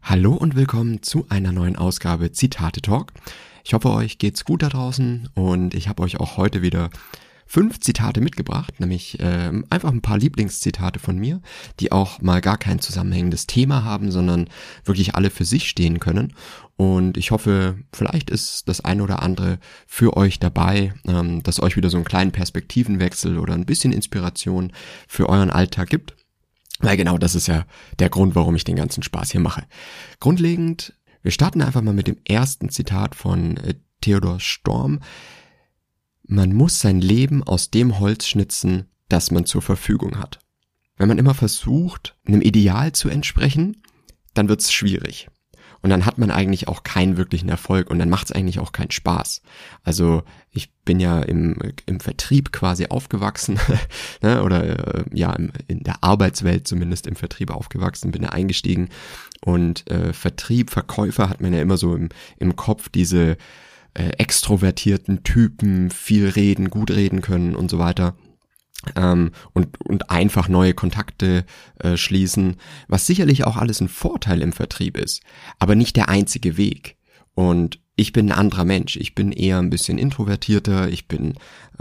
Hallo und willkommen zu einer neuen Ausgabe Zitate Talk. Ich hoffe, euch geht's gut da draußen und ich habe euch auch heute wieder 5 Zitate mitgebracht, nämlich einfach ein paar Lieblingszitate von mir, die auch mal gar kein zusammenhängendes Thema haben, sondern wirklich alle für sich stehen können. Und ich hoffe, vielleicht ist das eine oder andere für euch dabei, dass euch wieder so einen kleinen Perspektivenwechsel oder ein bisschen Inspiration für euren Alltag gibt. Weil genau das ist ja der Grund, warum ich den ganzen Spaß hier mache. Grundlegend, wir starten einfach mal mit dem ersten Zitat von Theodor Storm. Man muss sein Leben aus dem Holz schnitzen, das man zur Verfügung hat. Wenn man immer versucht, einem Ideal zu entsprechen, dann wird's schwierig. Und dann hat man eigentlich auch keinen wirklichen Erfolg und dann macht's eigentlich auch keinen Spaß. Also ich bin ja im Vertrieb quasi aufgewachsen, ne, oder in der Arbeitswelt zumindest im Vertrieb aufgewachsen, bin da eingestiegen und Vertrieb, Verkäufer hat man ja immer so im Kopf, diese extrovertierten Typen, viel reden, gut reden können und so weiter. Und einfach neue Kontakte schließen, was sicherlich auch alles ein Vorteil im Vertrieb ist, aber nicht der einzige Weg. Und ich bin ein anderer Mensch, ich bin eher ein bisschen introvertierter, ich bin,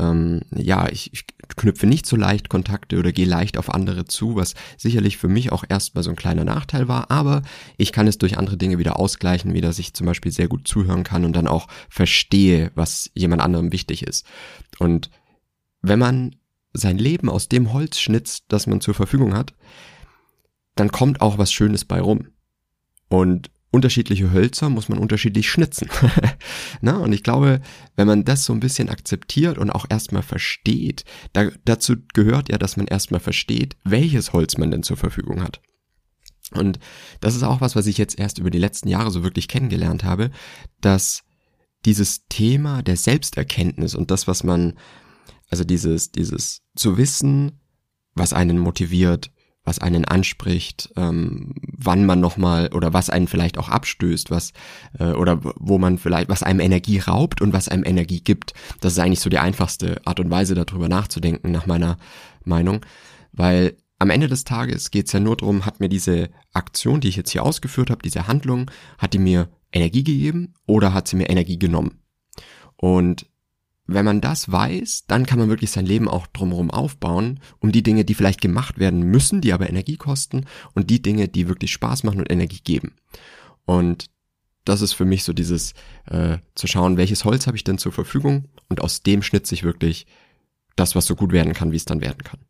ich knüpfe nicht so leicht Kontakte oder gehe leicht auf andere zu, was sicherlich für mich auch erstmal so ein kleiner Nachteil war, aber ich kann es durch andere Dinge wieder ausgleichen, wie dass ich zum Beispiel sehr gut zuhören kann und dann auch verstehe, was jemand anderem wichtig ist. Und wenn man sein Leben aus dem Holz schnitzt, das man zur Verfügung hat, dann kommt auch was Schönes bei rum. Und unterschiedliche Hölzer muss man unterschiedlich schnitzen. Na, und ich glaube, wenn man das so ein bisschen akzeptiert und auch erstmal versteht, dazu gehört ja, dass man erstmal versteht, welches Holz man denn zur Verfügung hat. Und das ist auch was ich jetzt erst über die letzten Jahre so wirklich kennengelernt habe, dass dieses Thema der Selbsterkenntnis und das, was man also dieses zu wissen, was einen motiviert, was einen anspricht, wann man nochmal oder was einen vielleicht auch abstößt, oder wo man vielleicht, was einem Energie raubt und was einem Energie gibt. Das ist eigentlich so die einfachste Art und Weise, darüber nachzudenken, nach meiner Meinung. Weil am Ende des Tages geht's ja nur darum, hat mir diese Aktion, die ich jetzt hier ausgeführt habe, diese Handlung, hat die mir Energie gegeben oder hat sie mir Energie genommen? Und wenn man das weiß, dann kann man wirklich sein Leben auch drumherum aufbauen, um die Dinge, die vielleicht gemacht werden müssen, die aber Energie kosten, und die Dinge, die wirklich Spaß machen und Energie geben. Und das ist für mich so dieses zu schauen, welches Holz habe ich denn zur Verfügung, und aus dem schnitze ich wirklich das, was so gut werden kann, wie es dann werden kann.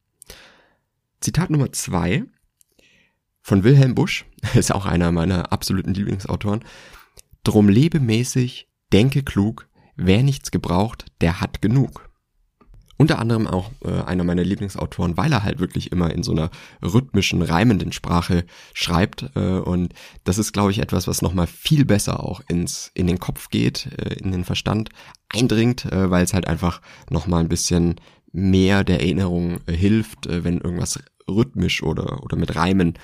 Zitat Nummer 2 von Wilhelm Busch, ist auch einer meiner absoluten Lieblingsautoren. Drum lebe mäßig, denke klug, wer nichts gebraucht, der hat genug. Unter anderem auch einer meiner Lieblingsautoren, weil er halt wirklich immer in so einer rhythmischen, reimenden Sprache schreibt. Und das ist, glaube ich, etwas, was nochmal viel besser auch in den Kopf geht, in den Verstand eindringt, weil es halt einfach nochmal ein bisschen mehr der Erinnerung hilft, wenn irgendwas rhythmisch oder mit Reimen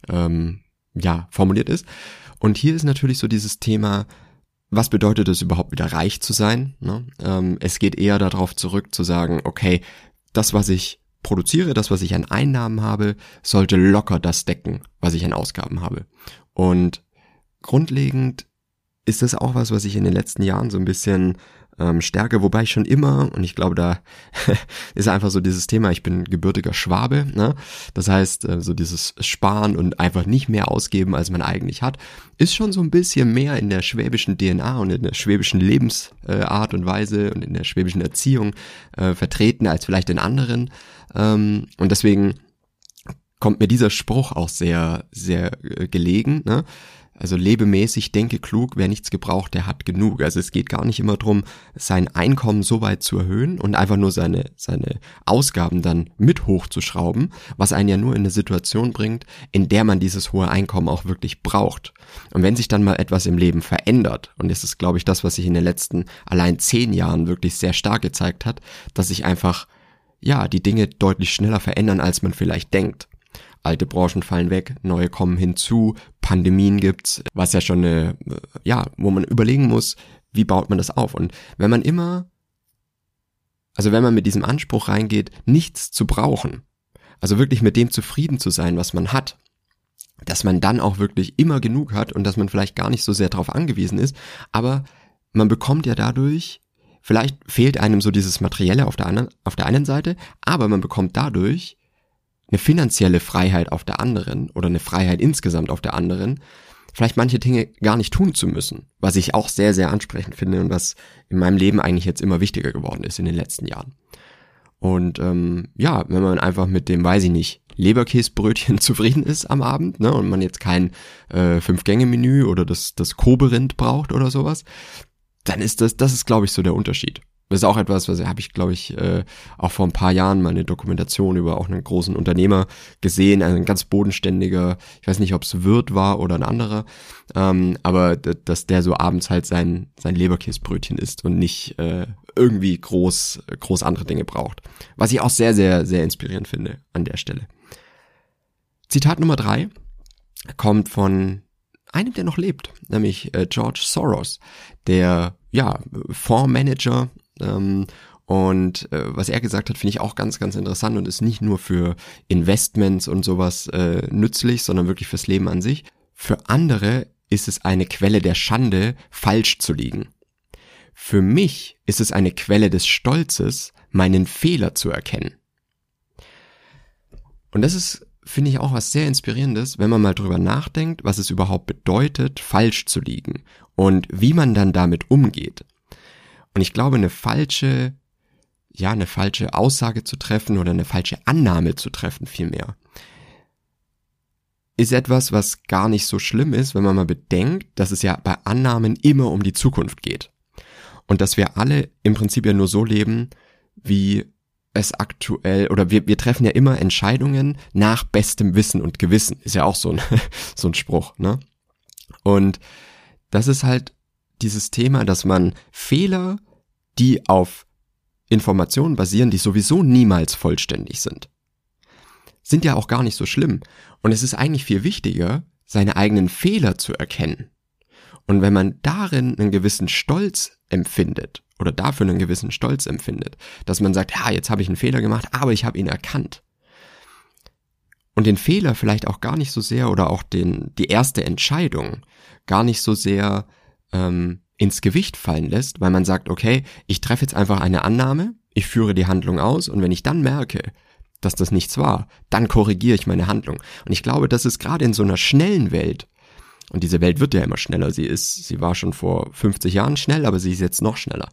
formuliert ist. Und hier ist natürlich so dieses Thema, was bedeutet es überhaupt, wieder reich zu sein? Ne? Es geht eher darauf zurück zu sagen, okay, das, was ich produziere, das, was ich an Einnahmen habe, sollte locker das decken, was ich an Ausgaben habe. Und grundlegend ist das auch was ich in den letzten Jahren so ein bisschen stärke, wobei ich schon immer, und ich glaube, da ist einfach so dieses Thema, ich bin gebürtiger Schwabe, ne? Das heißt, so dieses Sparen und einfach nicht mehr ausgeben, als man eigentlich hat, ist schon so ein bisschen mehr in der schwäbischen DNA und in der schwäbischen Lebensart und Weise und in der schwäbischen Erziehung vertreten als vielleicht in anderen. Und deswegen kommt mir dieser Spruch auch sehr, sehr gelegen, ne? Also lebe mäßig, denke klug, wer nichts gebraucht, der hat genug. Also es geht gar nicht immer drum, sein Einkommen so weit zu erhöhen und einfach nur seine Ausgaben dann mit hochzuschrauben, was einen ja nur in eine Situation bringt, in der man dieses hohe Einkommen auch wirklich braucht. Und wenn sich dann mal etwas im Leben verändert, und das ist, glaube ich, das, was sich in den letzten allein 10 Jahren wirklich sehr stark gezeigt hat, dass sich einfach, die Dinge deutlich schneller verändern, als man vielleicht denkt. Alte Branchen fallen weg, neue kommen hinzu, Pandemien gibt's, was ja schon wo man überlegen muss, wie baut man das auf? Und wenn man mit diesem Anspruch reingeht, nichts zu brauchen, also wirklich mit dem zufrieden zu sein, was man hat, dass man dann auch wirklich immer genug hat und dass man vielleicht gar nicht so sehr darauf angewiesen ist, aber man bekommt ja dadurch, vielleicht fehlt einem so dieses Materielle auf der einen Seite, aber man bekommt dadurch eine finanzielle Freiheit auf der anderen oder eine Freiheit insgesamt auf der anderen, vielleicht manche Dinge gar nicht tun zu müssen, was ich auch sehr, sehr ansprechend finde und was in meinem Leben eigentlich jetzt immer wichtiger geworden ist in den letzten Jahren. Und ja, wenn man einfach mit dem, weiß ich nicht, Leberkäsbrötchen zufrieden ist am Abend, ne, und man jetzt kein 5-Gänge-Menü oder das Koberind braucht oder sowas, dann ist das ist, glaube ich, so der Unterschied. Das ist auch etwas, was habe ich, glaube ich, auch vor ein paar Jahren mal eine Dokumentation über auch einen großen Unternehmer gesehen, ein ganz bodenständiger, ich weiß nicht, ob es Wirt war oder ein anderer, aber dass der so abends halt sein Leberkäsbrötchen isst und nicht irgendwie groß andere Dinge braucht. Was ich auch sehr, sehr, sehr inspirierend finde an der Stelle. Zitat Nummer 3 kommt von einem, der noch lebt, nämlich George Soros, der Fondsmanager, und was er gesagt hat, finde ich auch ganz, ganz interessant und ist nicht nur für Investments und sowas nützlich, sondern wirklich fürs Leben an sich. Für andere ist es eine Quelle der Schande, falsch zu liegen. Für mich ist es eine Quelle des Stolzes, meinen Fehler zu erkennen. Und das ist, finde ich, auch was sehr Inspirierendes, wenn man mal drüber nachdenkt, was es überhaupt bedeutet, falsch zu liegen und wie man dann damit umgeht. Und ich glaube, eine falsche Aussage zu treffen oder eine falsche Annahme zu treffen vielmehr, ist etwas, was gar nicht so schlimm ist, wenn man mal bedenkt, dass es ja bei Annahmen immer um die Zukunft geht. Und dass wir alle im Prinzip ja nur so leben, wie es aktuell, oder wir treffen ja immer Entscheidungen nach bestem Wissen und Gewissen. Ist ja auch so ein Spruch, ne? Und das ist halt dieses Thema, dass man Fehler, die auf Informationen basieren, die sowieso niemals vollständig sind ja auch gar nicht so schlimm. Und es ist eigentlich viel wichtiger, seine eigenen Fehler zu erkennen. Und wenn man darin einen gewissen Stolz empfindet, oder dafür einen gewissen Stolz empfindet, dass man sagt, ja, jetzt habe ich einen Fehler gemacht, aber ich habe ihn erkannt. Und den Fehler vielleicht auch gar nicht so sehr, oder auch die erste Entscheidung gar nicht so sehr ins Gewicht fallen lässt, weil man sagt, okay, ich treffe jetzt einfach eine Annahme, ich führe die Handlung aus und wenn ich dann merke, dass das nichts war, dann korrigiere ich meine Handlung. Und ich glaube, das ist gerade in so einer schnellen Welt, und diese Welt wird ja immer schneller, sie war schon vor 50 Jahren schnell, aber sie ist jetzt noch schneller.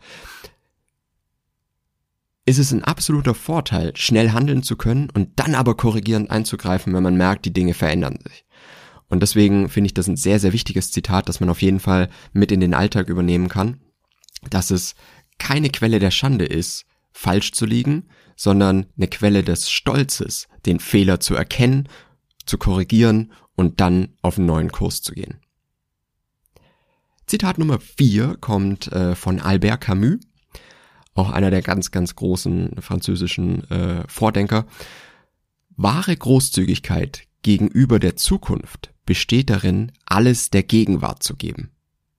Ist es ein absoluter Vorteil, schnell handeln zu können und dann aber korrigierend einzugreifen, wenn man merkt, die Dinge verändern sich. Und deswegen finde ich das ein sehr, sehr wichtiges Zitat, das man auf jeden Fall mit in den Alltag übernehmen kann, dass es keine Quelle der Schande ist, falsch zu liegen, sondern eine Quelle des Stolzes, den Fehler zu erkennen, zu korrigieren und dann auf einen neuen Kurs zu gehen. Zitat Nummer 4 kommt von Albert Camus, auch einer der ganz, ganz großen französischen Vordenker. Wahre Großzügigkeit gegenüber der Zukunft besteht darin, alles der Gegenwart zu geben.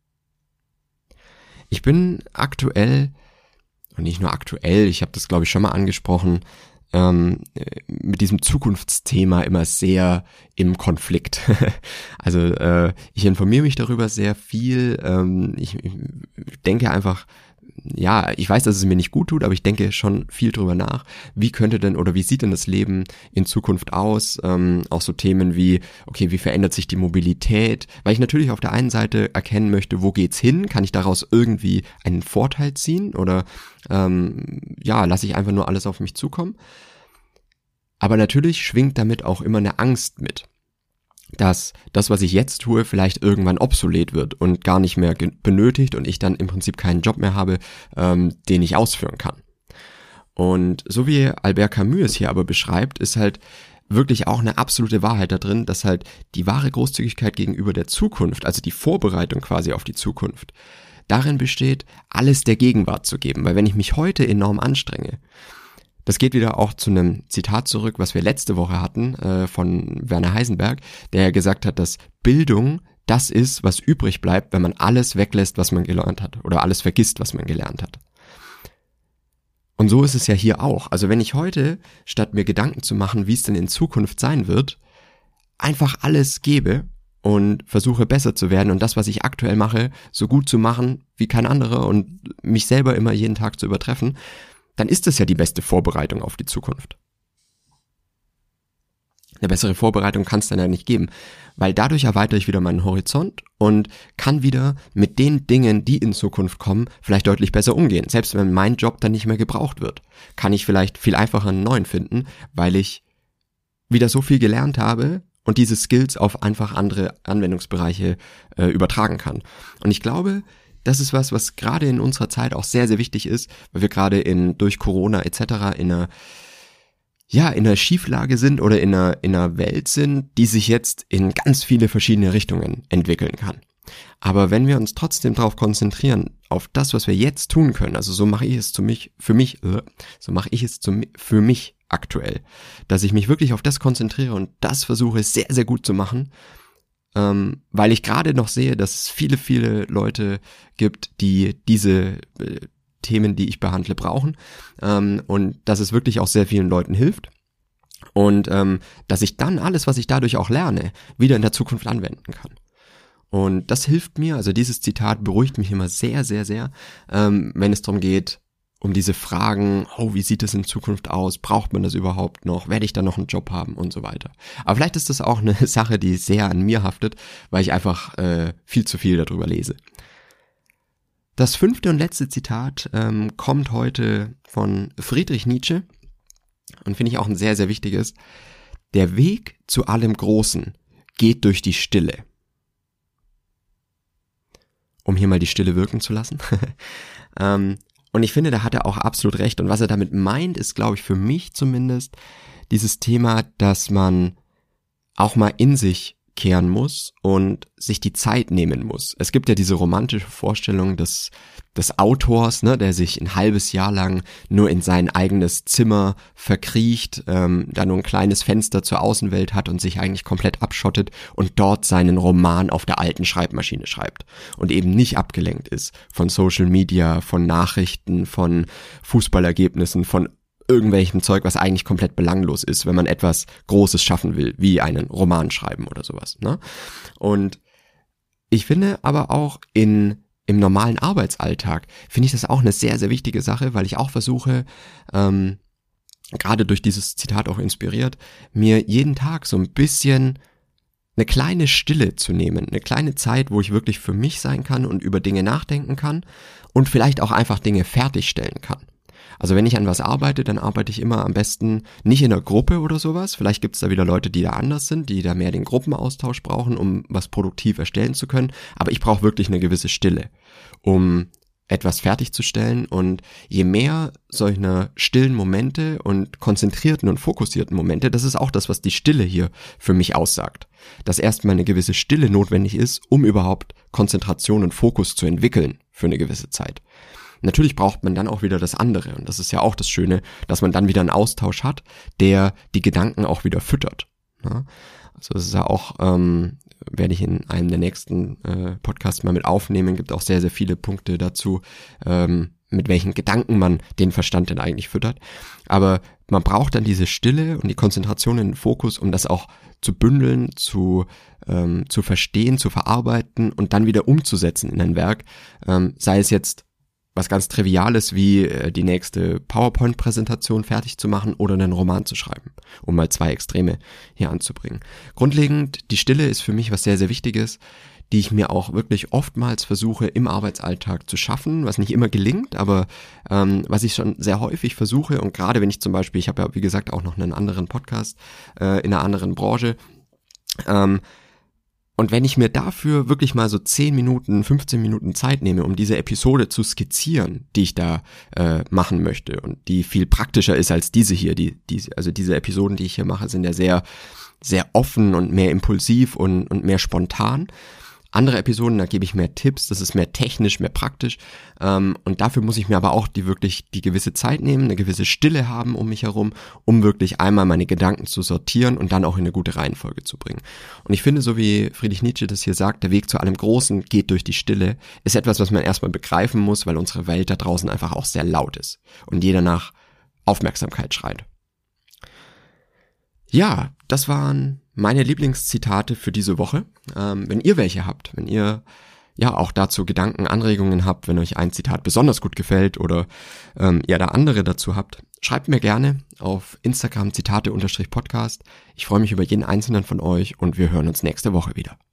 Ich bin aktuell, und nicht nur aktuell, ich habe das glaube ich schon mal angesprochen, mit diesem Zukunftsthema immer sehr im Konflikt. Also ich informiere mich darüber sehr viel. Ich denke einfach, ja, ich weiß, dass es mir nicht gut tut, aber ich denke schon viel drüber nach. Wie könnte denn oder wie sieht denn das Leben in Zukunft aus? Auch so Themen wie, okay, wie verändert sich die Mobilität? Weil ich natürlich auf der einen Seite erkennen möchte, wo geht's hin? Kann ich daraus irgendwie einen Vorteil ziehen? Oder lasse ich einfach nur alles auf mich zukommen? Aber natürlich schwingt damit auch immer eine Angst mit, dass das, was ich jetzt tue, vielleicht irgendwann obsolet wird und gar nicht mehr benötigt und ich dann im Prinzip keinen Job mehr habe, den ich ausführen kann. Und so wie Albert Camus es hier aber beschreibt, ist halt wirklich auch eine absolute Wahrheit da drin, dass halt die wahre Großzügigkeit gegenüber der Zukunft, also die Vorbereitung quasi auf die Zukunft, darin besteht, alles der Gegenwart zu geben. Weil wenn ich mich heute enorm anstrenge, das geht wieder auch zu einem Zitat zurück, was wir letzte Woche hatten, von Werner Heisenberg, der ja gesagt hat, dass Bildung das ist, was übrig bleibt, wenn man alles weglässt, was man gelernt hat, oder alles vergisst, was man gelernt hat. Und so ist es ja hier auch. Also wenn ich heute, statt mir Gedanken zu machen, wie es denn in Zukunft sein wird, einfach alles gebe und versuche besser zu werden und das, was ich aktuell mache, so gut zu machen wie kein anderer und mich selber immer jeden Tag zu übertreffen, dann ist das ja die beste Vorbereitung auf die Zukunft. Eine bessere Vorbereitung kann es dann ja nicht geben, weil dadurch erweitere ich wieder meinen Horizont und kann wieder mit den Dingen, die in Zukunft kommen, vielleicht deutlich besser umgehen. Selbst wenn mein Job dann nicht mehr gebraucht wird, kann ich vielleicht viel einfacher einen neuen finden, weil ich wieder so viel gelernt habe und diese Skills auf einfach andere Anwendungsbereiche übertragen kann. Und ich glaube, das ist was gerade in unserer Zeit auch sehr, sehr wichtig ist, weil wir gerade durch Corona etc. in einer Schieflage sind oder in einer Welt sind, die sich jetzt in ganz viele verschiedene Richtungen entwickeln kann. Aber wenn wir uns trotzdem darauf konzentrieren, auf das, was wir jetzt tun können, also so mache ich es für mich aktuell, dass ich mich wirklich auf das konzentriere und das versuche sehr, sehr gut zu machen, weil ich gerade noch sehe, dass es viele, viele Leute gibt, die diese Themen, die ich behandle, brauchen und dass es wirklich auch sehr vielen Leuten hilft und dass ich dann alles, was ich dadurch auch lerne, wieder in der Zukunft anwenden kann. Und das hilft mir, also dieses Zitat beruhigt mich immer sehr, sehr, sehr, wenn es darum geht, um diese Fragen, wie sieht es in Zukunft aus, braucht man das überhaupt noch, werde ich da noch einen Job haben und so weiter. Aber vielleicht ist das auch eine Sache, die sehr an mir haftet, weil ich einfach viel zu viel darüber lese. Das 5. und letzte Zitat kommt heute von Friedrich Nietzsche und finde ich auch ein sehr, sehr wichtiges. Der Weg zu allem Großen geht durch die Stille. Um hier mal die Stille wirken zu lassen. Und ich finde, da hat er auch absolut recht. Und was er damit meint, ist, glaube ich, für mich zumindest dieses Thema, dass man auch mal in sich kehren muss und sich die Zeit nehmen muss. Es gibt ja diese romantische Vorstellung des Autors, ne, der sich ein halbes Jahr lang nur in sein eigenes Zimmer verkriecht, da nur ein kleines Fenster zur Außenwelt hat und sich eigentlich komplett abschottet und dort seinen Roman auf der alten Schreibmaschine schreibt und eben nicht abgelenkt ist von Social Media, von Nachrichten, von Fußballergebnissen, von irgendwelchem Zeug, was eigentlich komplett belanglos ist, wenn man etwas Großes schaffen will, wie einen Roman schreiben oder sowas, ne? Und ich finde aber auch im normalen Arbeitsalltag finde ich das auch eine sehr, sehr wichtige Sache, weil ich auch versuche, gerade durch dieses Zitat auch inspiriert, mir jeden Tag so ein bisschen eine kleine Stille zu nehmen, eine kleine Zeit, wo ich wirklich für mich sein kann und über Dinge nachdenken kann und vielleicht auch einfach Dinge fertigstellen kann. Also wenn ich an was arbeite, dann arbeite ich immer am besten nicht in einer Gruppe oder sowas. Vielleicht gibt es da wieder Leute, die da anders sind, die da mehr den Gruppenaustausch brauchen, um was produktiv erstellen zu können. Aber ich brauche wirklich eine gewisse Stille, um etwas fertigzustellen. Und je mehr solcher stillen Momente und konzentrierten und fokussierten Momente, das ist auch das, was die Stille hier für mich aussagt. Dass erstmal eine gewisse Stille notwendig ist, um überhaupt Konzentration und Fokus zu entwickeln für eine gewisse Zeit. Natürlich braucht man dann auch wieder das andere und das ist ja auch das Schöne, dass man dann wieder einen Austausch hat, der die Gedanken auch wieder füttert. Ja? Also das ist ja auch, werde ich in einem der nächsten Podcasts mal mit aufnehmen, gibt auch sehr, sehr viele Punkte dazu, mit welchen Gedanken man den Verstand denn eigentlich füttert. Aber man braucht dann diese Stille und die Konzentration in den Fokus, um das auch zu bündeln, zu verstehen, zu verarbeiten und dann wieder umzusetzen in ein Werk, sei es jetzt was ganz Triviales wie die nächste PowerPoint-Präsentation fertig zu machen oder einen Roman zu schreiben, um mal 2 Extreme hier anzubringen. Grundlegend, die Stille ist für mich was sehr, sehr Wichtiges, die ich mir auch wirklich oftmals versuche im Arbeitsalltag zu schaffen, was nicht immer gelingt, aber was ich schon sehr häufig versuche und gerade wenn ich zum Beispiel, ich habe ja wie gesagt auch noch einen anderen Podcast in einer anderen Branche, und wenn ich mir dafür wirklich mal so 10 Minuten, 15 Minuten Zeit nehme, um diese Episode zu skizzieren, die ich da machen möchte und die viel praktischer ist als diese hier, also diese Episoden, die ich hier mache, sind ja sehr, sehr offen und mehr impulsiv und mehr spontan. Andere Episoden, da gebe ich mehr Tipps, das ist mehr technisch, mehr praktisch und dafür muss ich mir aber auch die gewisse Zeit nehmen, eine gewisse Stille haben um mich herum, um wirklich einmal meine Gedanken zu sortieren und dann auch in eine gute Reihenfolge zu bringen. Und ich finde, so wie Friedrich Nietzsche das hier sagt, der Weg zu allem Großen geht durch die Stille, ist etwas, was man erstmal begreifen muss, weil unsere Welt da draußen einfach auch sehr laut ist und jeder nach Aufmerksamkeit schreit. Ja, das waren meine Lieblingszitate für diese Woche. Wenn ihr welche habt, wenn ihr ja auch dazu Gedanken, Anregungen habt, wenn euch ein Zitat besonders gut gefällt oder ihr da andere dazu habt, schreibt mir gerne auf Instagram Zitate_Podcast. Ich freue mich über jeden einzelnen von euch und wir hören uns nächste Woche wieder.